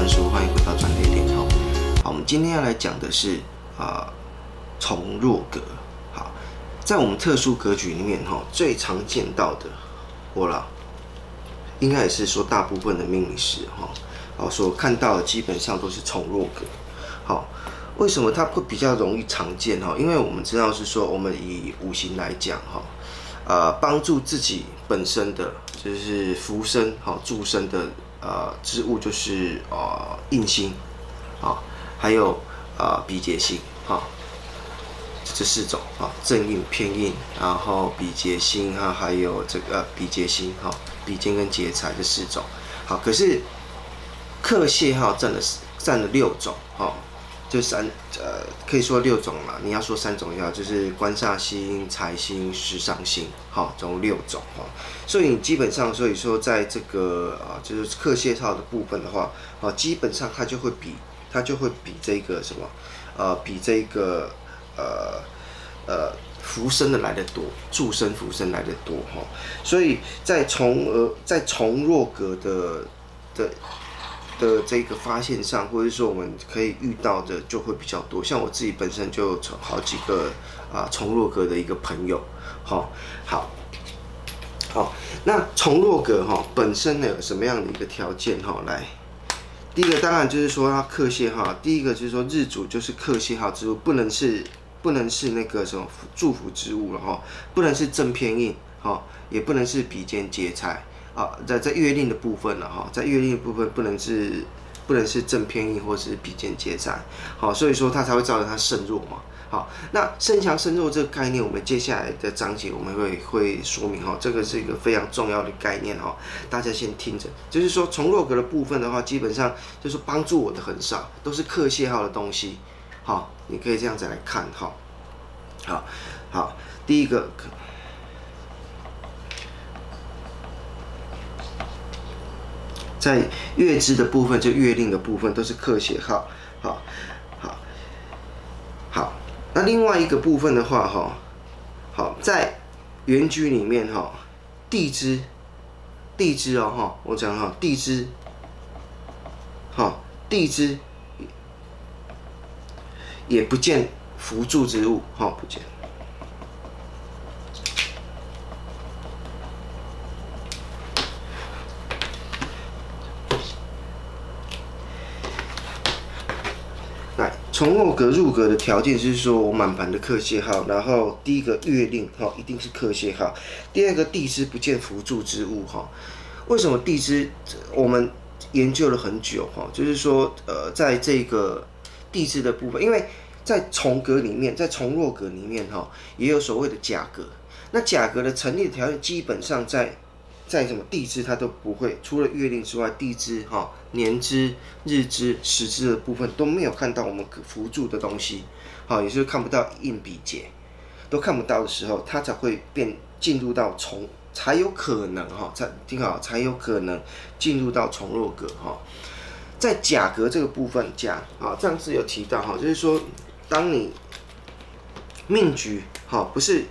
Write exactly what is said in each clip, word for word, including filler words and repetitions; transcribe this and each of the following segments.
万事屋，欢迎回到转捩点哈。好，我们今天要来讲的是啊重弱格。好，在我们特殊格局里面哈，最常见到的，我啦，应该也是说大部分的命理师哈，哦所看到的基本上都是重弱格。好，为什么它会比较容易常见哈？因为我们知道是说，我们以五行来讲哈。呃，帮助自己本身的就是扶身、好助身的呃之物，就是呃印星，啊，还有呃比劫星，啊，这四种啊，正印、偏印，然后比劫星啊，还有这个、呃、比劫星，哈，比肩跟劫财这四种。好，可是克泄号占了占了六种，哈。就三呃，可以说六种嘛。你要说三种也好，就是官煞星、财星、食伤星，好，总共六种哈。所以你基本上，所以说在这个啊，就是克泄号的部分的话，啊，基本上它就会比它就会比这个什么，呃，比这个呃呃扶身的来得多，助身扶身来得多哈。所以在重呃在重弱格的的。的这个发现上，或者说我们可以遇到的就会比较多。像我自己本身就有好几个啊重弱格的一个朋友，好，好，好，那重弱格哈本身呢有什么样的一个条件哈？来，第一个当然就是说它克泄号，第一个就是说日主就是克泄号之物，不能是不能是那个什么祝福之物了哈，不能是正偏印哈，也不能是比肩劫财。啊，在在月令的部分了哈，在月令的部分不能是不能是正偏印或是比肩劫财，好，所以说它才会造成它肾弱嘛。好，那肾强肾弱这个概念，我们接下来的章节我们会会说明哈，这个是一个非常重要的概念哈，大家先听着。就是说重弱格的部分的话，基本上就是帮助我的很少，都是克泄号的东西，好，你可以这样子来看哈。好，好，第一个。在月支的部分，就月令的部分都是克泄号，好，好，好。那另外一个部分的话，哈，好，在原局里面哈，地支，地支哦哈，我讲哈，地支，哈，地支也不见辅助之物，哈，不见。重弱格入格的条件就是说我满盘的克泄号，然后第一个月令哈一定是克泄号，第二个地支不见辅助之物哈。为什么地支我们研究了很久哈？就是说呃，在这个地支的部分，因为在重格里面，在重弱格里面哈，也有所谓的甲格。那甲格的成立的条件基本上在。在什么地支它都不会，除了月令之外，地支哈、年支、日支、时支的部分都没有看到我们辅助的东西，好，也就是看不到印比劫，都看不到的时候，它才会变进入到重，才有可能哈，才听好，才有可能进入到重弱格哈。在甲格这个部分，甲啊，上次有提到哈，就是说，当你命局哈不是。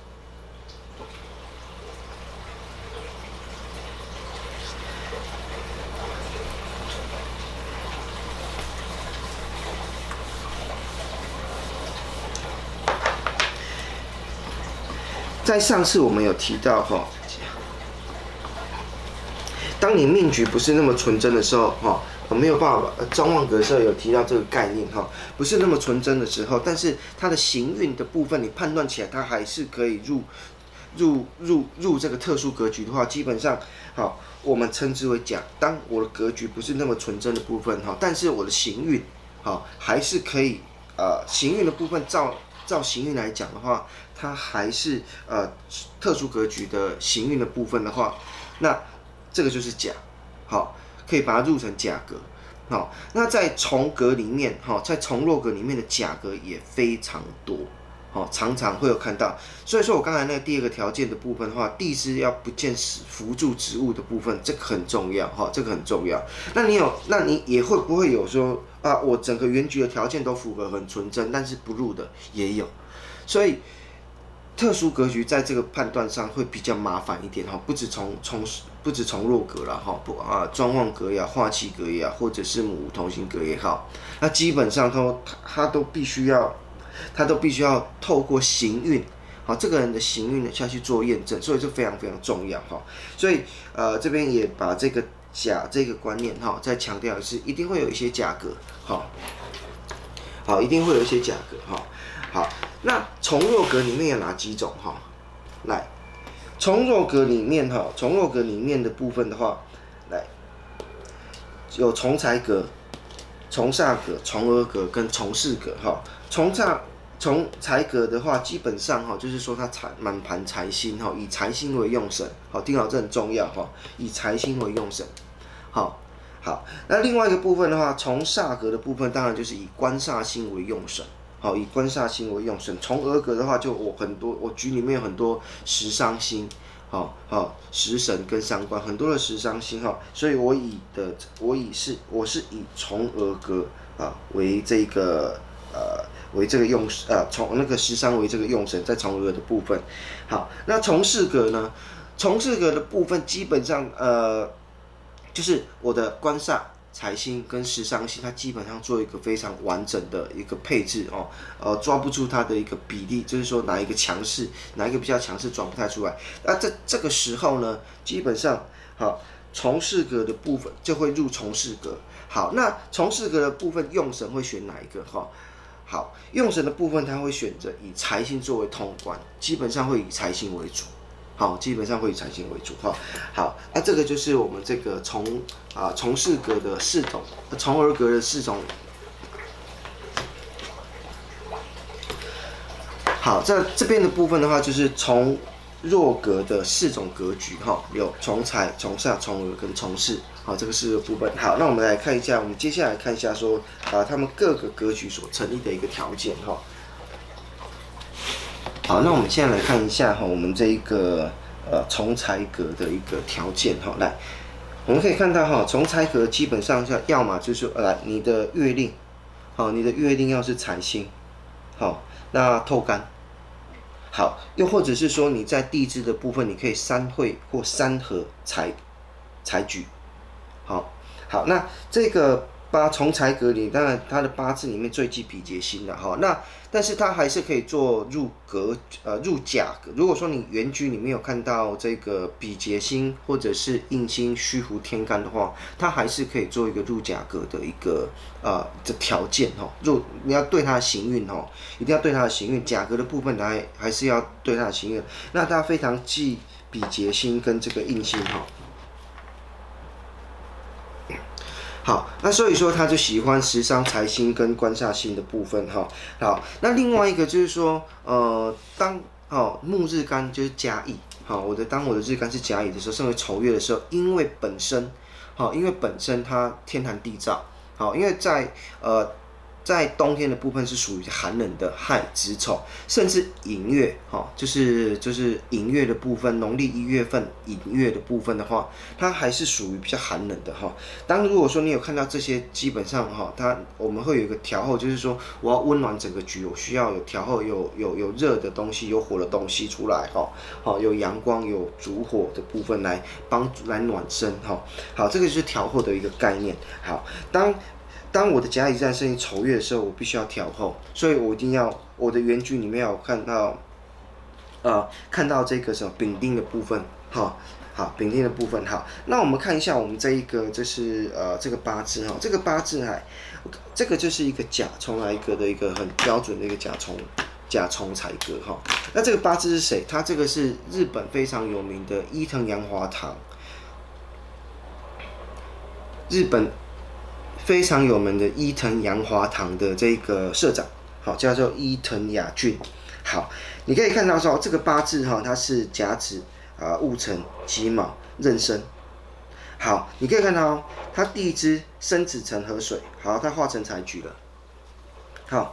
在上次我们有提到哈，当你命局不是那么纯真的时候哈，我没有办法。张望格的时候有提到这个概念哈，不是那么纯真的时候，但是它的行运的部分，你判断起来它还是可以入入入入这个特殊格局的话，基本上好，我们称之为甲。当我的格局不是那么纯真的部分哈，但是我的行运好还是可以呃行运的部分照。照行运来讲的话，它还是呃特殊格局的行运的部分的话，那这个就是甲，好，可以把它入成甲格，好，那在重格里面，哈，在重弱格里面的甲格也非常多，好，常常会有看到。所以说我刚才那个第二个条件的部分的话，地支要不见辅助植物的部分，这个很重要，哈，这个很重要。那你有，那你也会不会有说？啊，我整个原局的条件都符合，很纯真，但是不入的也有，所以特殊格局在这个判断上会比较麻烦一点哈，不止从从不止从弱格了哈，不啊专旺格也好，化气格也好，或者是母同心格也好，那基本上都他都必须要，他都必须要透过行运，好这个人的行运呢下去做验证，所以这非常非常重要哈。所以呃这边也把这个甲这个观念哈再强调一次，一定会有一些价格哈，好一定会有一些价格哈。好，那从弱格里面有哪几种哈？来，从弱格里面哈，从弱格里面的部分的话，来有从财格、从煞格、从厄格跟从巳格哈。从煞从财格的话，基本上哈就是说它财满盘财星哈，以财星为用神，好，听好这很重要哈，以财星为用神，好。好，那另外一个部分的话，从煞格的部分，当然就是以官煞星为用神。好，以官煞星为用神。从厄格的话，就我很多，我局里面有很多食伤星，好好食神跟伤官，很多的食伤星哈，所以我以的我以是我是以从厄格啊为这个呃为这个用呃从那个食伤为这个用神，在从厄的部分。好，那从巳格呢？从巳格的部分基本上呃就是我的官煞。财星跟食伤星，它基本上做一个非常完整的一个配置哦，呃，抓不出它的一个比例，就是说哪一个强势，哪一个比较强势，抓不太出来。那这这个时候呢，基本上好从巳格的部分就会入从巳格。好，那从巳格的部分用神会选哪一个？哈，好，用神的部分他会选择以财星作为通关，基本上会以财星为主。好，基本上会以财星为主哈。好，那这个就是我们这个从啊从巳格的四种，从厄格的四种。好，在这边的部分的话，就是从弱格的四种格局哈，有从财、从煞、从厄跟从巳。好，这个四个部分。好，那我们来看一下，我们接下来看一下说啊，他们各个格局所成立的一个条件哈。好，那我们现在来看一下哈，我们这一个呃从财格的一个条件哈，来，我们可以看到哈，从财格基本上要要么就是呃来你的月令，好，你的月令要是财星，好，那透干，好，又或者是说你在地支的部分，你可以三会或三合财财局，好，好，那这个。八从财格里，当然它的八字里面最忌比劫星的哈，那但是它还是可以做入格呃入甲格。如果说你原局里面有看到这个比劫星或者是印星虚符天干的话，它还是可以做一个入甲格的一个呃的条件哈。入你要对它的行运哈，一定要对它的行运，甲格的部分还还是要对它的行运。那它非常忌比劫星跟这个印星哈。好，那所以说他就喜欢食伤财星跟官煞星的部分哈。好，那另外一个就是说，呃，当哦木日干就是甲乙，好，我的当我的日干是甲乙的时候，身为丑月的时候，因为本身，好，因为本身它天寒地燥，好，因为在呃。在冬天的部分是属于寒冷的亥子丑，甚至寅月，哈，就是就是寅月的部分，农历一月份寅月的部分的话，它还是属于比较寒冷的哈。当如果说你有看到这些，基本上哈，它我们会有一个调候，就是说我要温暖整个局，我需要有调候，有有有热的东西，有火的东西出来哈，好，有阳光，有烛火的部分来帮来暖身哈。好，这个就是调候的一个概念。好，当当我的甲乙战胜于丑月的时候，我必须要调候，所以我一定要我的原局里面有看到，呃，看到这个什么丙丁的部分，好，好，丙丁的部分，好，那我们看一下我们这一个，就是呃这个八字哈，这个八字哈，这个就是一个甲冲来格的一个很标准的一个甲冲。甲冲财格哈，那这个八字是谁？他这个是日本非常有名的伊藤洋华堂，日本。非常有名的伊藤洋华堂的这个社长，好，叫做伊藤雅俊。好，你可以看到说这个八字哈，它是甲子啊、戊辰、己卯、壬申。好，你可以看到它地支申子辰合水，好，它化成财局了。好，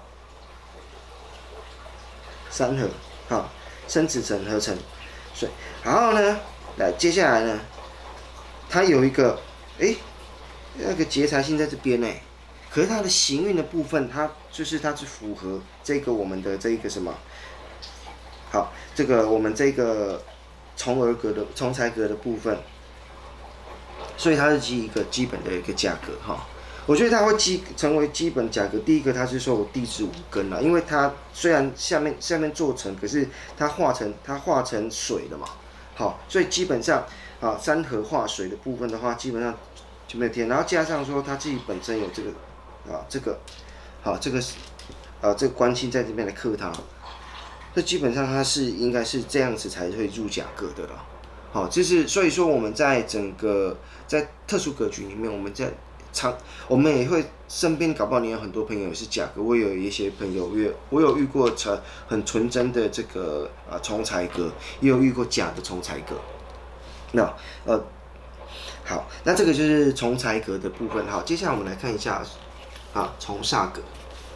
三合，好，申子辰合成水。然后呢，来接下来呢，它有一个，诶。那个劫财星在这边呢，可是它的行运的部分，它就是它是符合这个我们的这个什么好，这个我们这个重额格的重财格的部分，所以它是基一个基本的一个价格哈。我觉得它会基成为基本价格。第一个，它是说我地支五根啦，因为它虽然下面下面做成，可是它化成它化成水了嘛。好，所以基本上啊，山河化水的部分的话，基本上就没有天。然后加上说它自己本身有这个啊这个好这个啊这个官星在这边来克它，这基本上它是应该是这样子才会入甲格的啦。好，就是所以说我们在整个在特殊格局里面，我们在常我们也会身边搞不好你有很多朋友也是甲格，我有一些朋友也我有遇过纯很纯真的这个啊冲财格，也有遇过假的冲财格。那呃好，那这个就是冲财格的部分。好，接下来我们来看一下啊冲煞格。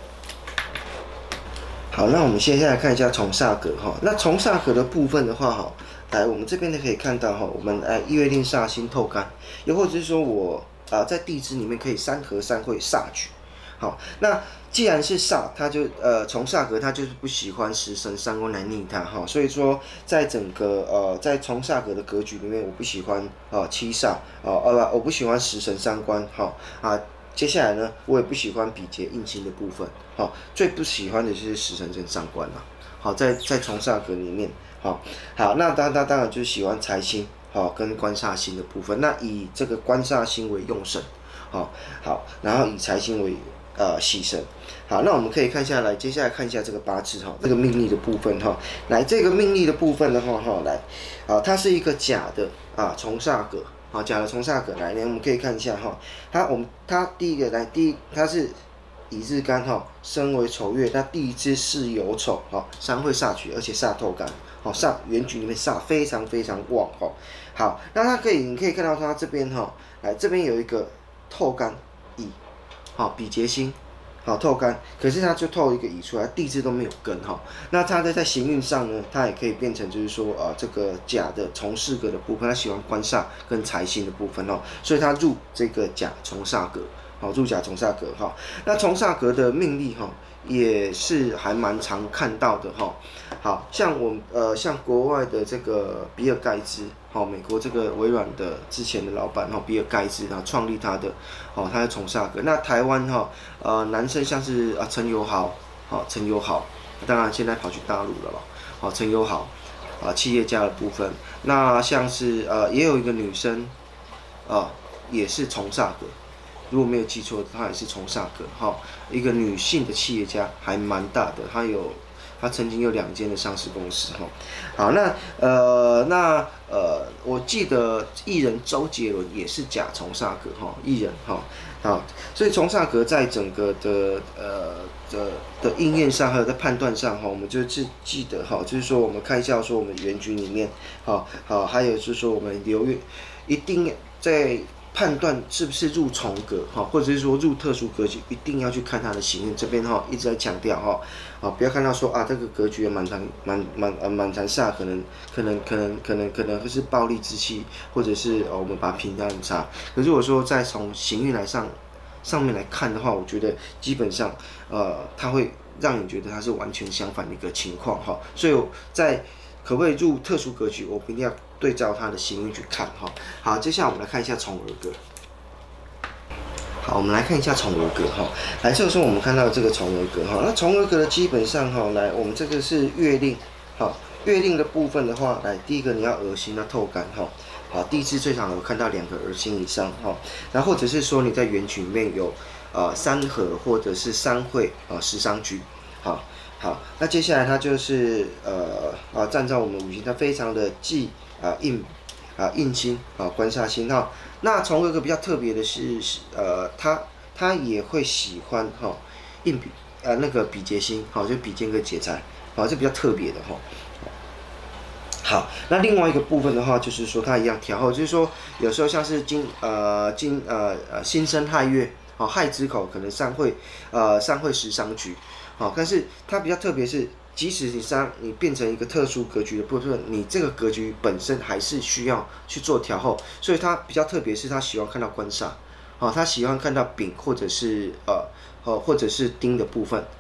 好，那我们接下来看一下冲煞格哈。那冲煞格的部分的话哈，来我们这边呢可以看到哈，我们来月令煞星透干，又或者是说我啊在地支里面可以三合三会煞局。好，那既然是煞，它就呃从煞格，它就是不喜欢食神三官来逆它哈，所以说在整个呃在从煞格的格局里面，我不喜欢啊、呃、七煞啊呃我不喜欢食神三官哈啊。接下来呢，我也不喜欢比劫印星的部分，好，最不喜欢的就是食神跟伤官啦。好，在在从煞格里面，好，好，那当当当然就是喜欢财星，好，跟官煞星的部分。那以这个官煞星为用神，好，好，然后以财星为呃喜神。好，那我们可以看下来，接下来看一下这个八字哈，这个命例的部分哈，来这个命例的部分的话哈，来，啊，它是一个假的啊从煞格。好，假的冲煞格来，我们可以看一下哈，它我们它第一个来，第一它是乙日干哈，身为丑月，那地支是有丑哈，三会煞局，而且煞透干，好煞原局里面煞非常非常旺哈。好，那它可以你可以看到它这边哈，来这边有一个透干乙，好比劫星。好透干，可是它就透一个乙出来，地支都没有根哈。那它在在行运上呢，它也可以变成就是说啊、呃，这个甲的从事格的部分，它喜欢官煞跟财星的部分哦，所以它入这个甲从煞格，好入甲从煞格哈。那从煞格的命例哈，也是还蛮常看到的哈。好像我呃像国外的这个比尔盖茨，好美国这个微软的之前的老板哈比尔盖茨，然后创立他的，哦他是从煞格。那台湾哈呃男生像是啊陈友豪，好陈友豪，当然现在跑去大陆了吧，好陈友豪啊企业家的部分。那像是呃也有一个女生啊也是从煞格。如果没有记错，她也是从煞格哈，一个女性的企业家，还蛮大的，她有，她曾经有两间的上市公司哈。好，那呃那呃，我记得艺人周杰伦也是假从煞格哈，艺人哈，好，所以从煞格在整个的呃的的应验上，还有在判断上哈，我们就是记得哈，就是说我们看一下说我们原局里面，好好，还有就是说我们留意一定在。判断是不是入重格哈，或者是说入特殊格局，一定要去看它的行运。这边哈一直在强调哈，啊不要看到说啊这个格局满堂满满呃满堂煞，可能可能可能可能可能会是暴力之气，或者是哦我们把它评价很差。可是我说再从行运来上上面来看的话，我觉得基本上呃它会让你觉得它是完全相反的一个情况哈。所以在可不可以入特殊格局，我们一定要对照它的行运去看哈。好，接下来我们来看一下重额格。好，我们来看一下重额格哈。来，这个时候我们看到这个重额格哈。那重额格的基本上哈，来我们这个是月令，好，月令的部分的话，来第一个你要额星要透干哈。好，地支最常有看到两个额星以上哈。然后或者是说你在原局里面有呃三合或者是三会啊食伤局，好。好，那接下来它就是呃啊，按照我们五行，它非常的忌啊印啊印星啊官煞星哈。那从一个比较特别的是呃，它它也会喜欢哈印比呃那个比劫星，好就比肩跟劫财，好这比较特别的哈。好，那另外一个部分的话，就是说它一样调候，就是说有时候像是金呃金呃呃辛申亥月，好亥之口可能三会呃三会食伤局。好，但是它比较特别是，即使你伤你变成一个特殊格局的部分，你这个格局本身还是需要去做调候，所以它比较特别是，他喜欢看到官煞，好，他喜欢看到丙或者是呃呃或者是丁的部分，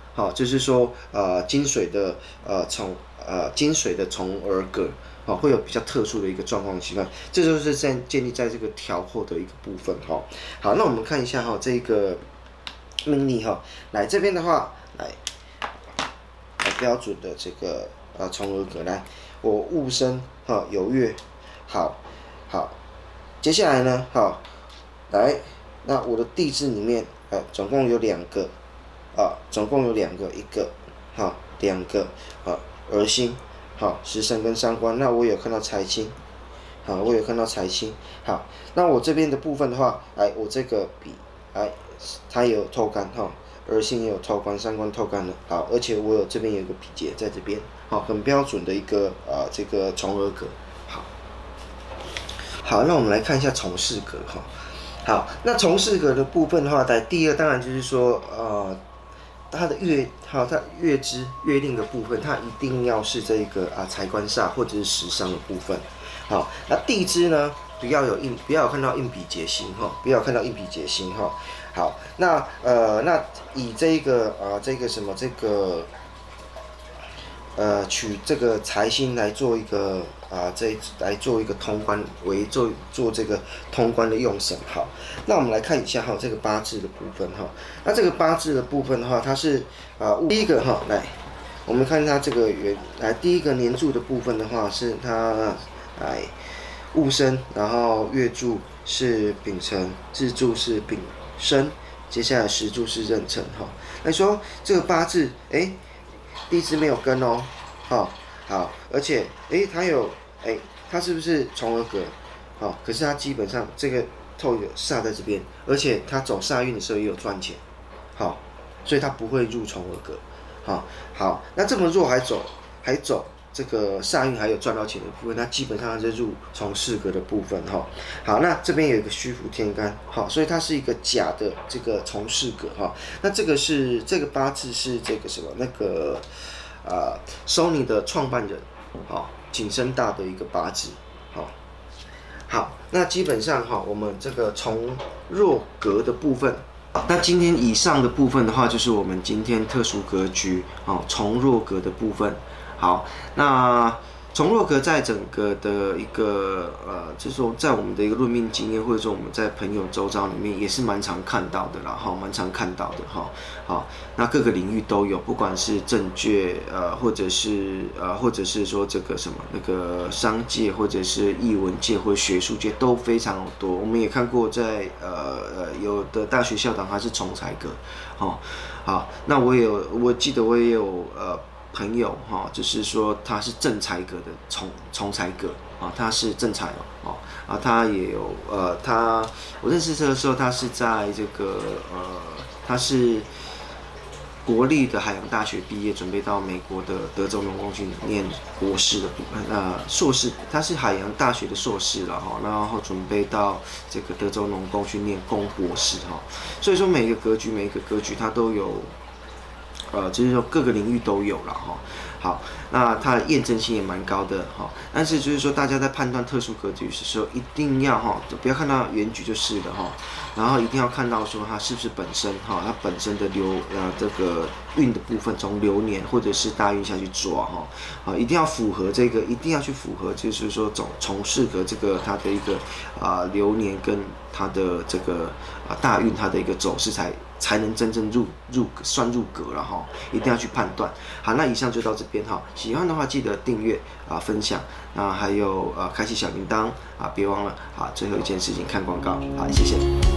好，就是说呃金水的呃从呃金水的重而格。哦，会有比较特殊的一个状况情况，这就是在建立在这个调后的一个部分哈。好，那我们看一下哈这个命例哈，来这边的话，来来标准的这个呃重而格，来我戊申哈有月，好，好，接下来呢，好，来那我的地支里面呃总共有两个啊，总共有两个，一个好两个啊儿星。好，食神跟伤官，那我有看到财星，好，我有看到财星，好，那我这边的部分的话，哎，我这个比，哎，它也有透干哈，儿星也有透干，伤官透干的，好，而且我有这边有一个比劫在这边，好，很标准的一个啊、呃、这个重而格，好，好，那我们来看一下重事格哈，好，那重事格的部分的话，在第二当然就是说呃。它的月好，它月支月令的部分，它一定要是这个啊财官煞或者是食伤的部分。好，那地支呢，不要有印，不要有看到印比劫星哈，不要看到印比劫星哈。好，那呃，那以这个啊这个什么这个呃取这个财星来做一个啊这来做一个通关为做做这个通关的用神。好，那我们来看一下哈这个八字的部分哈。那这个八字的部分的话，它是啊第一个哈来，我们看它这个原来第一个年柱的部分的话是它来戊申，然后月柱是丙辰，日柱是丙申，接下来时柱是壬辰哈。来说这个八字哎。欸地支没有根哦，好，好，而且，诶，它有，诶，它是不是重而格？好，可是它基本上这个透有煞在这边，而且它走煞运的时候也有赚钱，好，所以它不会入重而格，好，好，那这么弱还走，还走这个煞运还有赚到钱的部分，它基本上是入从事格的部分哈。好，那这边有一个虚浮天干，好，所以它是一个假的这个从事格哈。那这个是这个八字是这个什么那个呃 Sony 的创办人，好，景深大的一个八字，好，好，那基本上哈，我们这个从弱格的部分。那今天以上的部分的话，就是我们今天特殊格局哦，从弱格的部分。好，那从弱格在整个的一个呃，就是说在我们的一个论命经验，或者说我们在朋友周遭里面也是蛮常看到的啦，哈，蛮常看到的哈。好，那各个领域都有，不管是政界呃，或者是呃，或者是说这个什么那个商界，或者是艺文界或者学术界都非常多。我们也看过在呃呃有的大学校长他是从才格，好，好，那我也有，我记得我也有呃。朋友哈，就是说他是正财格的从从财格啊，他是正财哦，啊，他也有呃，他我认识他的时候，他是在这个呃，他是国立的海洋大学毕业，准备到美国的德州农工去念博士的部分，呃，硕士，他是海洋大学的硕士了哈，然后准备到这个德州农工去念工博士哈，所以说每一个格局，每一个格局它都有。呃，就是说各个领域都有了哈。好，那它的验证性也蛮高的哈。但是就是说，大家在判断特殊格局的时候，一定要哈，不要看到原局就是了哈。然后一定要看到说它是不是本身哈，它本身的流呃这个运的部分，从流年或者是大运下去抓哈。啊，一定要符合这个，一定要去符合，就是说总从适合这个它的一个啊、呃、流年跟它的这个啊、呃、大运它的一个走势才。才能真正入入算入格了哈，一定要去判断。好，那以上就到这边哈，喜欢的话记得订阅啊、分享，那还有呃开启小铃铛啊，别忘了啊，最后一件事情看广告，好，谢谢。